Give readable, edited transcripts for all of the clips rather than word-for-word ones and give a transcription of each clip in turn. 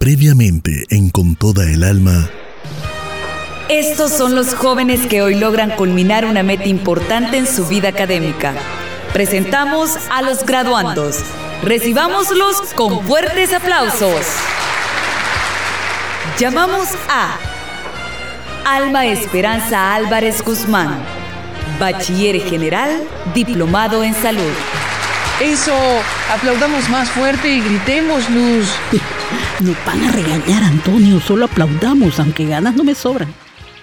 Previamente en Con Toda el Alma. Estos son los jóvenes que hoy logran culminar una meta importante en su vida académica. Presentamos a los graduandos. Recibámoslos con fuertes aplausos. Llamamos a Alma Esperanza Álvarez Guzmán, bachiller general, diplomado en salud. Eso, aplaudamos más fuerte y gritemos, Luz. Nos van a regañar, Antonio, solo aplaudamos, aunque ganas no me sobran.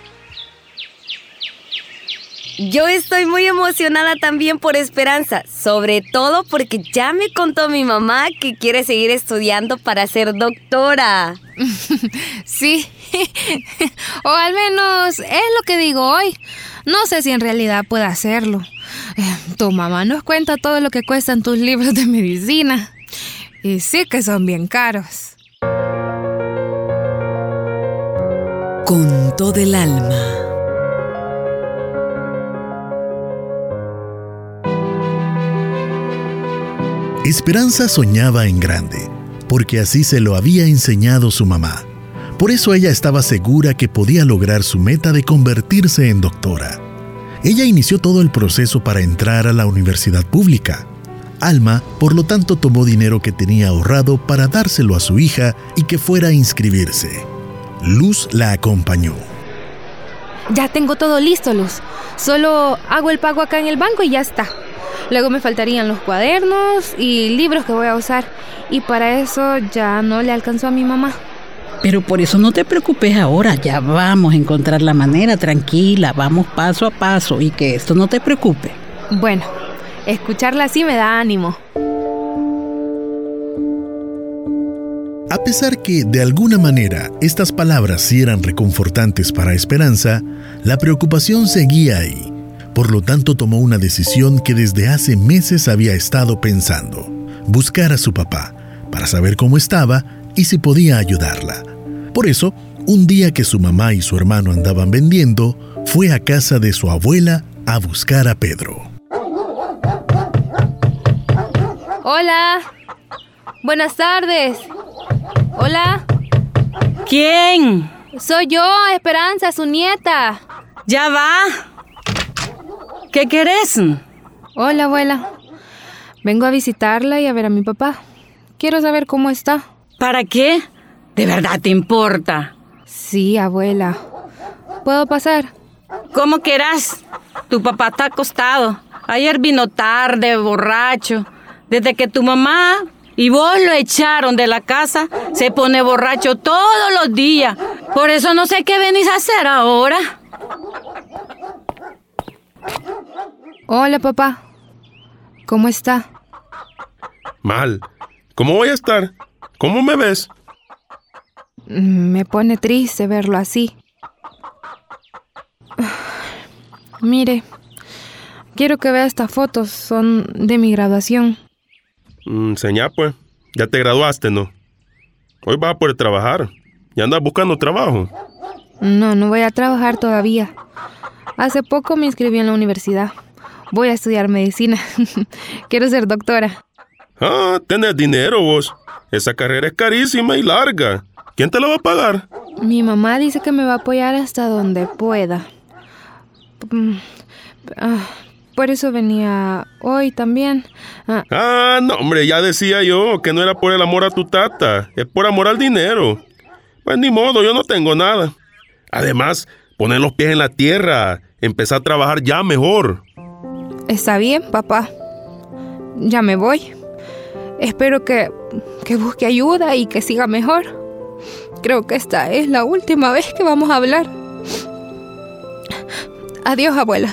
Yo estoy muy emocionada también por Esperanza, sobre todo porque ya me contó mi mamá que quiere seguir estudiando para ser doctora. Sí, o al menos es lo que digo hoy. No sé si en realidad pueda hacerlo. Tu mamá nos cuenta todo lo que cuestan tus libros de medicina. Y sí que son bien caros. Con todo el alma. Esperanza soñaba en grande, porque así se lo había enseñado su mamá. Por eso ella estaba segura que podía lograr su meta de convertirse en doctora. Ella inició todo el proceso para entrar a la universidad pública. Alma, por lo tanto, tomó dinero que tenía ahorrado para dárselo a su hija y que fuera a inscribirse. Luz la acompañó. Ya tengo todo listo, Luz. Solo hago el pago acá en el banco y ya está. Luego me faltarían los cuadernos y libros que voy a usar. Y para eso ya no le alcanzó a mi mamá. Pero por eso no te preocupes ahora, ya vamos a encontrar la manera, tranquila, vamos paso a paso y que esto no te preocupe. Bueno, escucharla así me da ánimo. A pesar que, de alguna manera, estas palabras sí eran reconfortantes para Esperanza, la preocupación seguía ahí. Por lo tanto, tomó una decisión que desde hace meses había estado pensando: buscar a su papá, para saber cómo estaba y si podía ayudarla. Por eso, un día que su mamá y su hermano andaban vendiendo, fue a casa de su abuela a buscar a Pedro. Hola. Buenas tardes. Hola. ¿Quién? Soy yo, Esperanza, su nieta. Ya va. ¿Qué querés? Hola, abuela. Vengo a visitarla y a ver a mi papá. Quiero saber cómo está. ¿Para qué? ¿De verdad te importa? Sí, abuela. ¿Puedo pasar? Como quieras. Tu papá está acostado. Ayer vino tarde, borracho. Desde que tu mamá y vos lo echaron de la casa, se pone borracho todos los días. Por eso no sé qué venís a hacer ahora. Hola, papá. ¿Cómo está? Mal. ¿Cómo voy a estar? ¿Cómo me ves? Me pone triste verlo así. Mire, quiero que vea estas fotos. Son de mi graduación. Señá, pues. Ya te graduaste, ¿no? Hoy vas a poder trabajar. ¿Ya andas buscando trabajo? No voy a trabajar todavía. Hace poco me inscribí en la universidad. Voy a estudiar medicina. Quiero ser doctora. Ah, tenés dinero vos. Esa carrera es carísima y larga. ¿Quién te la va a pagar? Mi mamá dice que me va a apoyar hasta donde pueda. Por eso venía hoy también. No, hombre, ya decía yo que no era por el amor a tu tata. Es por amor al dinero. Pues ni modo, yo no tengo nada. Además, poner los pies en la tierra, empezar a trabajar ya mejor. Está bien, papá. Ya me voy. Espero que busque ayuda y que siga mejor. Creo que esta es la última vez que vamos a hablar. Adiós, abuela.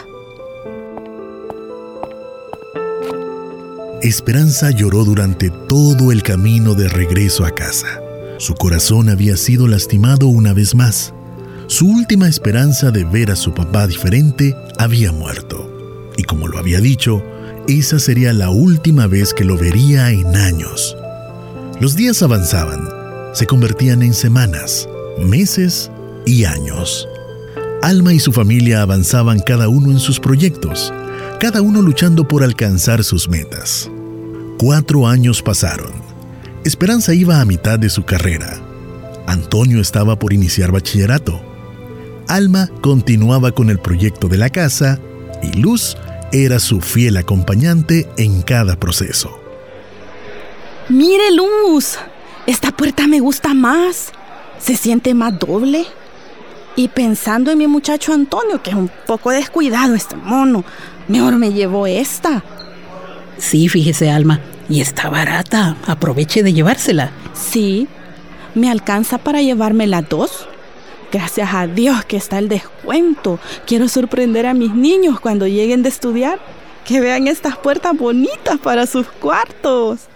Esperanza lloró durante todo el camino de regreso a casa. Su corazón había sido lastimado una vez más. Su última esperanza de ver a su papá diferente había muerto. Y como lo había dicho, esa sería la última vez que lo vería en años. Los días avanzaban, se convertían en semanas, meses y años. Alma y su familia avanzaban cada uno en sus proyectos, cada uno luchando por alcanzar sus metas. 4 años pasaron. Esperanza iba a mitad de su carrera. Antonio estaba por iniciar bachillerato. Alma continuaba con el proyecto de la casa y Luz era su fiel acompañante en cada proceso. Mire, Luz, esta puerta me gusta más. Se siente más doble. Y pensando en mi muchacho Antonio, que es un poco descuidado este mono, mejor me llevo esta. Sí, fíjese, Alma, y está barata. Aproveche de llevársela. Sí, me alcanza para llevarme las 2. Gracias a Dios que está el descuento. Quiero sorprender a mis niños cuando lleguen de estudiar. Que vean estas puertas bonitas para sus cuartos.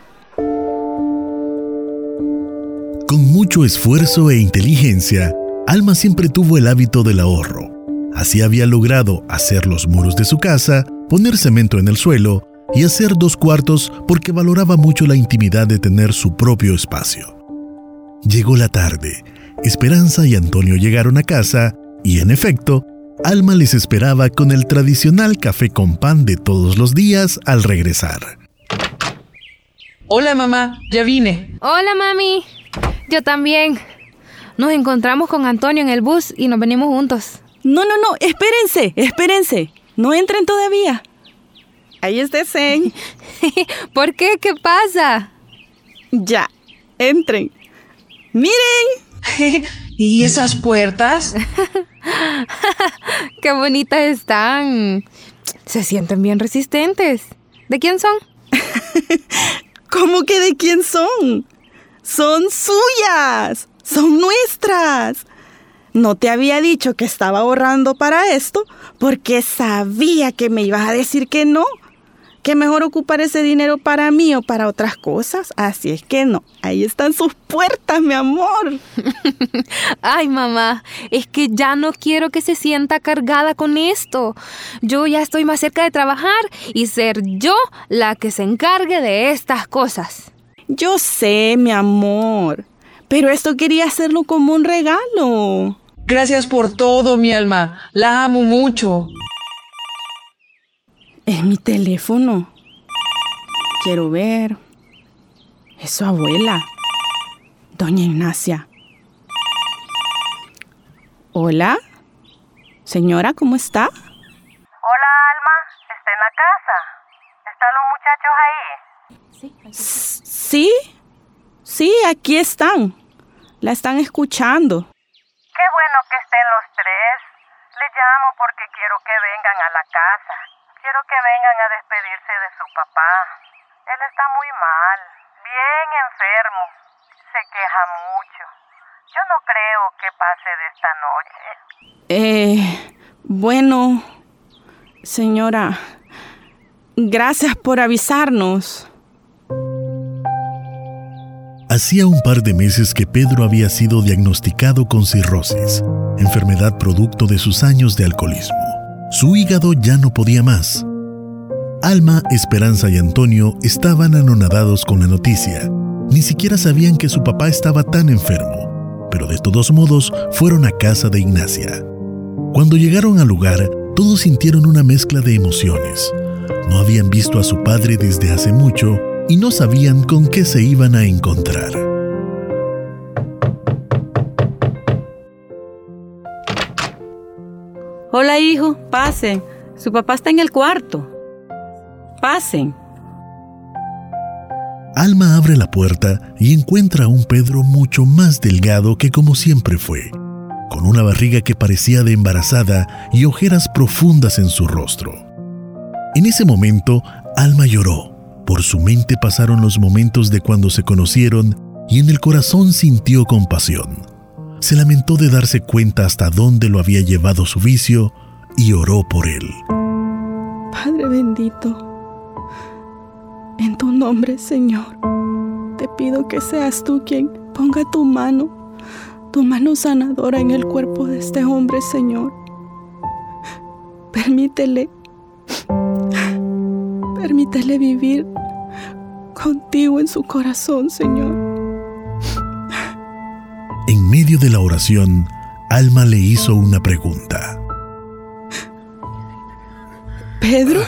Con mucho esfuerzo e inteligencia, Alma siempre tuvo el hábito del ahorro. Así había logrado hacer los muros de su casa, poner cemento en el suelo y hacer 2 cuartos porque valoraba mucho la intimidad de tener su propio espacio. Llegó la tarde. Esperanza y Antonio llegaron a casa y, en efecto, Alma les esperaba con el tradicional café con pan de todos los días al regresar. Hola, mamá, ya vine. Hola, mami. Yo también. Nos encontramos con Antonio en el bus y nos venimos juntos. No, espérense. No entren todavía. Ahí está Zen. ¿Por qué? ¿Qué pasa? Ya, entren. ¡Miren! ¿Y esas puertas? ¡Qué bonitas están! Se sienten bien resistentes. ¿De quién son? ¿Cómo que de quién son? ¡Son suyas! ¡Son nuestras! No te había dicho que estaba ahorrando para esto porque sabía que me ibas a decir que no. Que mejor ocupar ese dinero para mí o para otras cosas. Así es que no. Ahí están sus puertas, mi amor. Ay, mamá, es que ya no quiero que se sienta cargada con esto. Yo ya estoy más cerca de trabajar y ser yo la que se encargue de estas cosas. Yo sé, mi amor, pero esto quería hacerlo como un regalo. Gracias por todo, mi alma. La amo mucho. Es mi teléfono. Quiero ver. Es su abuela, doña Ignacia. Hola. Señora, ¿cómo está? Hola, Alma. ¿Está en la casa? ¿Están los muchachos ahí? Sí, aquí están. La están escuchando. Qué bueno que estén los 3. Le llamo porque quiero que vengan a la casa. Quiero que vengan a despedirse de su papá. Él está muy mal, bien enfermo. Se queja mucho. Yo no creo que pase de esta noche. Bueno, señora, gracias por avisarnos. Hacía un par de meses que Pedro había sido diagnosticado con cirrosis, enfermedad producto de sus años de alcoholismo. Su hígado ya no podía más. Alma, Esperanza y Antonio estaban anonadados con la noticia. Ni siquiera sabían que su papá estaba tan enfermo, pero de todos modos fueron a casa de Ignacia. Cuando llegaron al lugar, todos sintieron una mezcla de emociones. No habían visto a su padre desde hace mucho y no sabían con qué se iban a encontrar. Hola, hijo, pasen. Su papá está en el cuarto. Pasen. Alma abre la puerta y encuentra a un Pedro mucho más delgado que como siempre fue, con una barriga que parecía de embarazada y ojeras profundas en su rostro. En ese momento, Alma lloró. Por su mente pasaron los momentos de cuando se conocieron y en el corazón sintió compasión. Se lamentó de darse cuenta hasta dónde lo había llevado su vicio y oró por él. Padre bendito, en tu nombre, Señor, te pido que seas tú quien ponga tu mano sanadora en el cuerpo de este hombre, Señor. Permítele vivir contigo en su corazón, Señor. En medio de la oración, Alma le hizo una pregunta. ¿Pedro?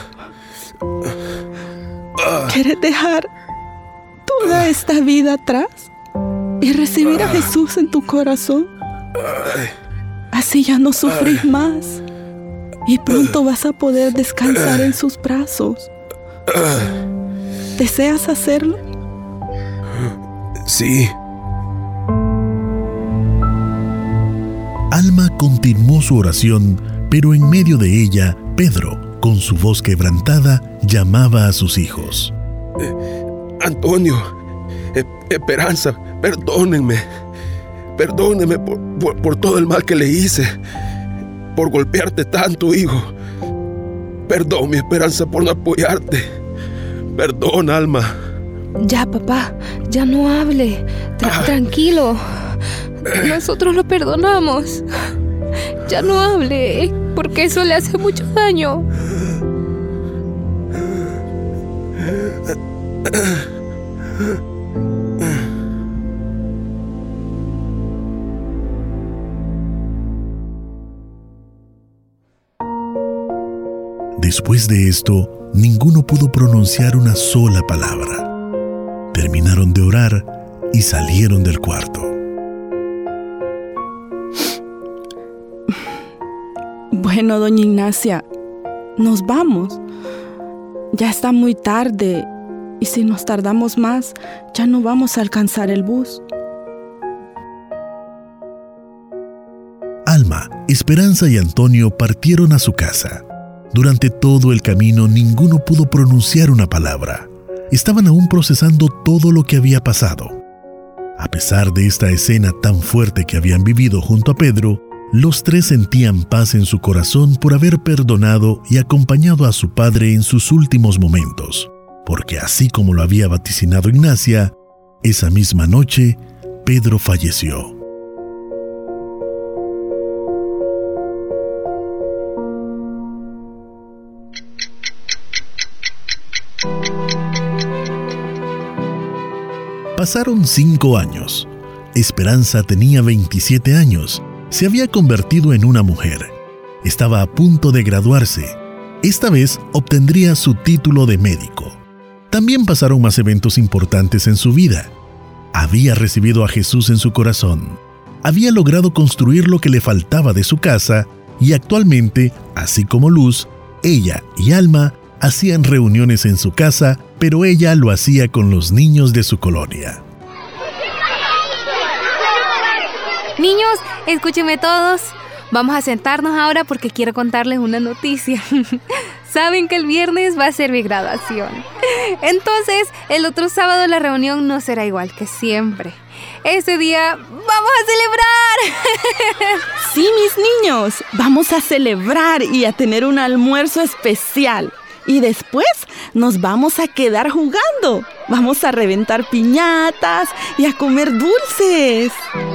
¿Quieres dejar toda esta vida atrás? y recibir a Jesús en tu corazón. Así ya no sufrís más y pronto vas a poder descansar en sus brazos. ¿Deseas hacerlo? Sí. Alma continuó su oración, pero en medio de ella, Pedro, con su voz quebrantada, llamaba a sus hijos. Antonio, Esperanza, perdónenme. Perdónenme por todo el mal que le hice, por golpearte tanto, hijo. Perdón, mi Esperanza, por no apoyarte. Perdón, Alma. Ya, papá, ya no hable. Tranquilo. Nosotros lo perdonamos. Ya no hable, porque eso le hace mucho daño. Después de esto, ninguno pudo pronunciar una sola palabra. Terminaron de orar y salieron del cuarto. Bueno, doña Ignacia, nos vamos. Ya está muy tarde y si nos tardamos más, ya no vamos a alcanzar el bus. Alma, Esperanza y Antonio partieron a su casa. Durante todo el camino ninguno pudo pronunciar una palabra. Estaban aún procesando todo lo que había pasado. A pesar de esta escena tan fuerte que habían vivido junto a Pedro, los tres sentían paz en su corazón por haber perdonado y acompañado a su padre en sus últimos momentos, porque así como lo había vaticinado Ignacia, esa misma noche, Pedro falleció. Pasaron 5 años. Esperanza tenía 27 años. Se había convertido en una mujer. Estaba a punto de graduarse. Esta vez obtendría su título de médico. También pasaron más eventos importantes en su vida. Había recibido a Jesús en su corazón. Había logrado construir lo que le faltaba de su casa y actualmente, así como Luz, ella y Alma hacían reuniones en su casa, pero ella lo hacía con los niños de su colonia. Niños, escúchenme todos. Vamos a sentarnos ahora porque quiero contarles una noticia. Saben que el viernes va a ser mi graduación. Entonces, el otro sábado la reunión no será igual que siempre. Ese día vamos a celebrar. Sí, mis niños, vamos a celebrar y a tener un almuerzo especial. Y después nos vamos a quedar jugando. Vamos a reventar piñatas y a comer dulces.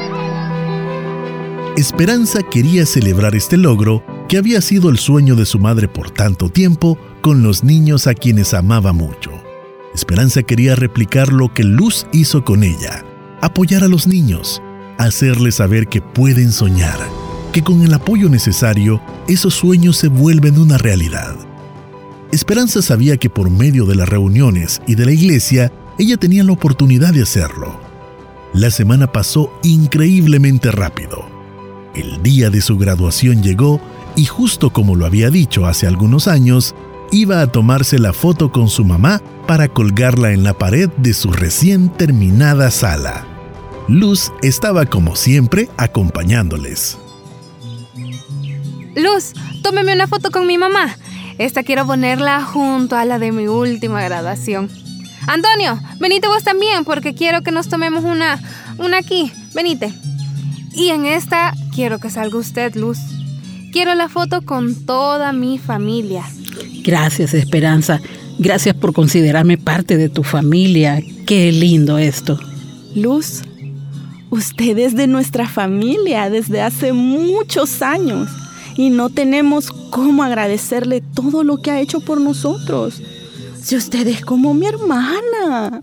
Esperanza quería celebrar este logro, que había sido el sueño de su madre por tanto tiempo, con los niños a quienes amaba mucho. Esperanza quería replicar lo que Luz hizo con ella, apoyar a los niños, hacerles saber que pueden soñar, que con el apoyo necesario, esos sueños se vuelven una realidad. Esperanza sabía que por medio de las reuniones y de la iglesia, ella tenía la oportunidad de hacerlo. La semana pasó increíblemente rápido. El día de su graduación llegó y justo como lo había dicho hace algunos años, iba a tomarse la foto con su mamá para colgarla en la pared de su recién terminada sala. Luz estaba como siempre acompañándoles. Luz, tómeme una foto con mi mamá. Esta quiero ponerla junto a la de mi última graduación. Antonio, venite vos también porque quiero que nos tomemos una aquí. Venite. Y en esta quiero que salga usted, Luz. Quiero la foto con toda mi familia. Gracias, Esperanza. Gracias por considerarme parte de tu familia. Qué lindo esto. Luz, usted es de nuestra familia desde hace muchos años y no tenemos cómo agradecerle todo lo que ha hecho por nosotros. Si usted es como mi hermana.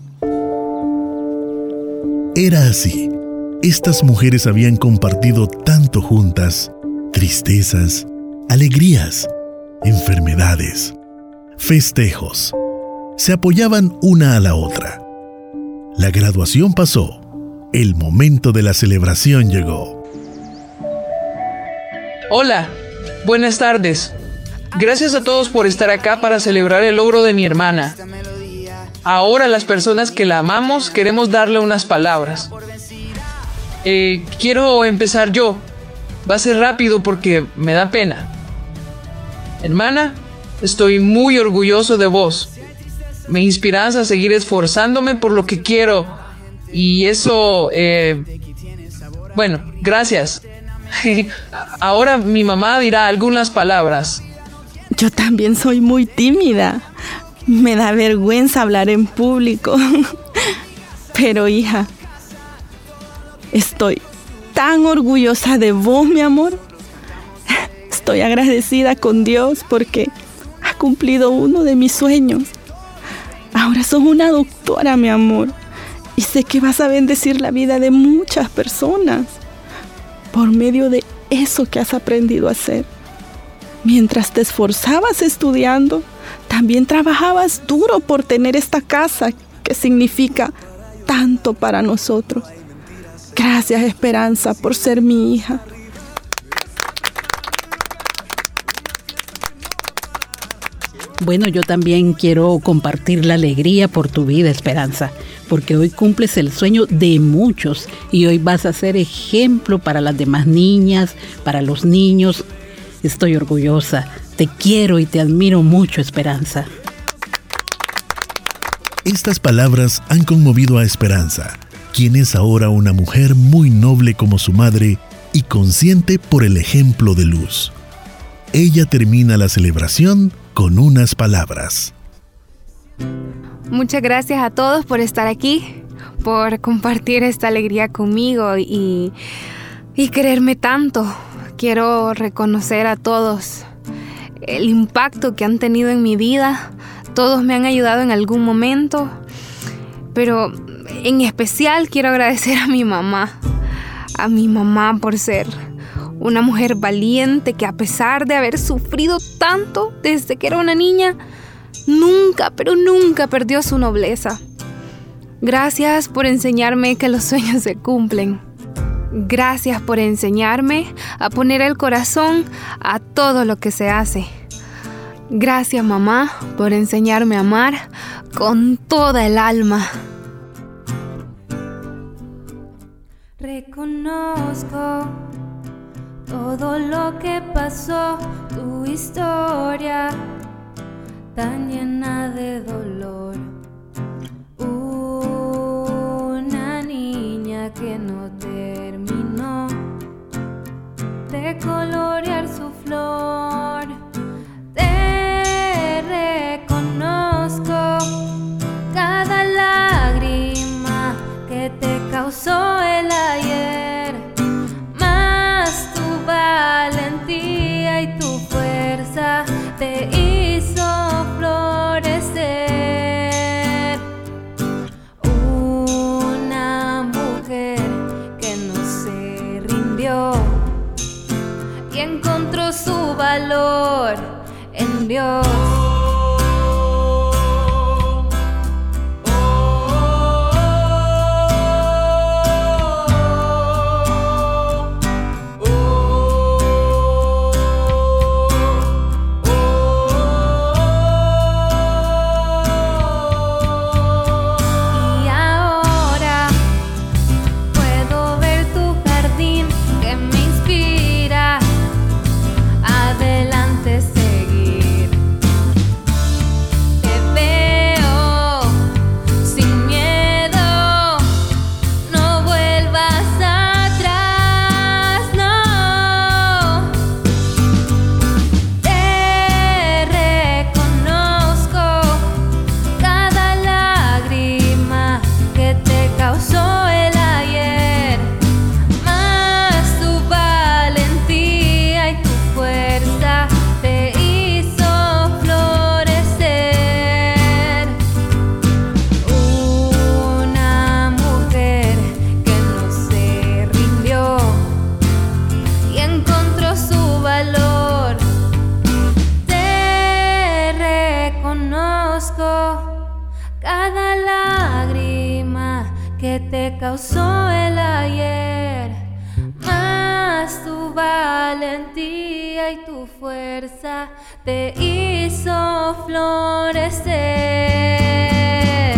Era así. Estas mujeres habían compartido tanto juntas, tristezas, alegrías, enfermedades, festejos. Se apoyaban una a la otra. La graduación pasó El momento de la celebración llegó. Hola, buenas tardes. Gracias a todos por estar acá para celebrar el logro de mi hermana. Ahora las personas que la amamos queremos darle unas palabras. Quiero empezar yo. Va a ser rápido porque me da pena. Hermana, estoy muy orgulloso de vos. Me inspiras a seguir esforzándome por lo que quiero. Y eso, bueno, gracias. Ahora mi mamá dirá algunas palabras. Yo también soy muy tímida. Me da vergüenza hablar en público. Pero hija, estoy tan orgullosa de vos, mi amor. Estoy agradecida con Dios porque ha cumplido uno de mis sueños. Ahora sos una doctora, mi amor. Y sé que vas a bendecir la vida de muchas personas por medio de eso que has aprendido a hacer. Mientras te esforzabas estudiando, también trabajabas duro por tener esta casa que significa tanto para nosotros. Gracias, Esperanza, por ser mi hija. Bueno, yo también quiero compartir la alegría por tu vida, Esperanza, porque hoy cumples el sueño de muchos y hoy vas a ser ejemplo para las demás niñas, para los niños. Estoy orgullosa, te quiero y te admiro mucho, Esperanza. Estas palabras han conmovido a Esperanza, quien es ahora una mujer muy noble como su madre y consciente por el ejemplo de luz. Ella termina la celebración con unas palabras. Muchas gracias a todos por estar aquí, por compartir esta alegría conmigo y quererme tanto. Quiero reconocer a todos el impacto que han tenido en mi vida. Todos me han ayudado en algún momento, pero en especial quiero agradecer a mi mamá por ser una mujer valiente que, a pesar de haber sufrido tanto desde que era una niña, nunca perdió su nobleza. Gracias por enseñarme que los sueños se cumplen. Gracias por enseñarme a poner el corazón a todo lo que se hace. Gracias, mamá, por enseñarme a amar con toda el alma. Reconozco todo lo que pasó, tu historia tan llena de dolor. Una niña que no terminó de colorear su flor. Te reconozco cada lágrima que te causó el ayer, más tu valentía y tu fuerza te hizo florecer. Una mujer que no se rindió y encontró su valor en Dios. Cada lágrima que te causó el valentía y tu fuerza te hizo florecer.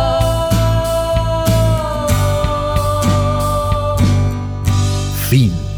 Fin.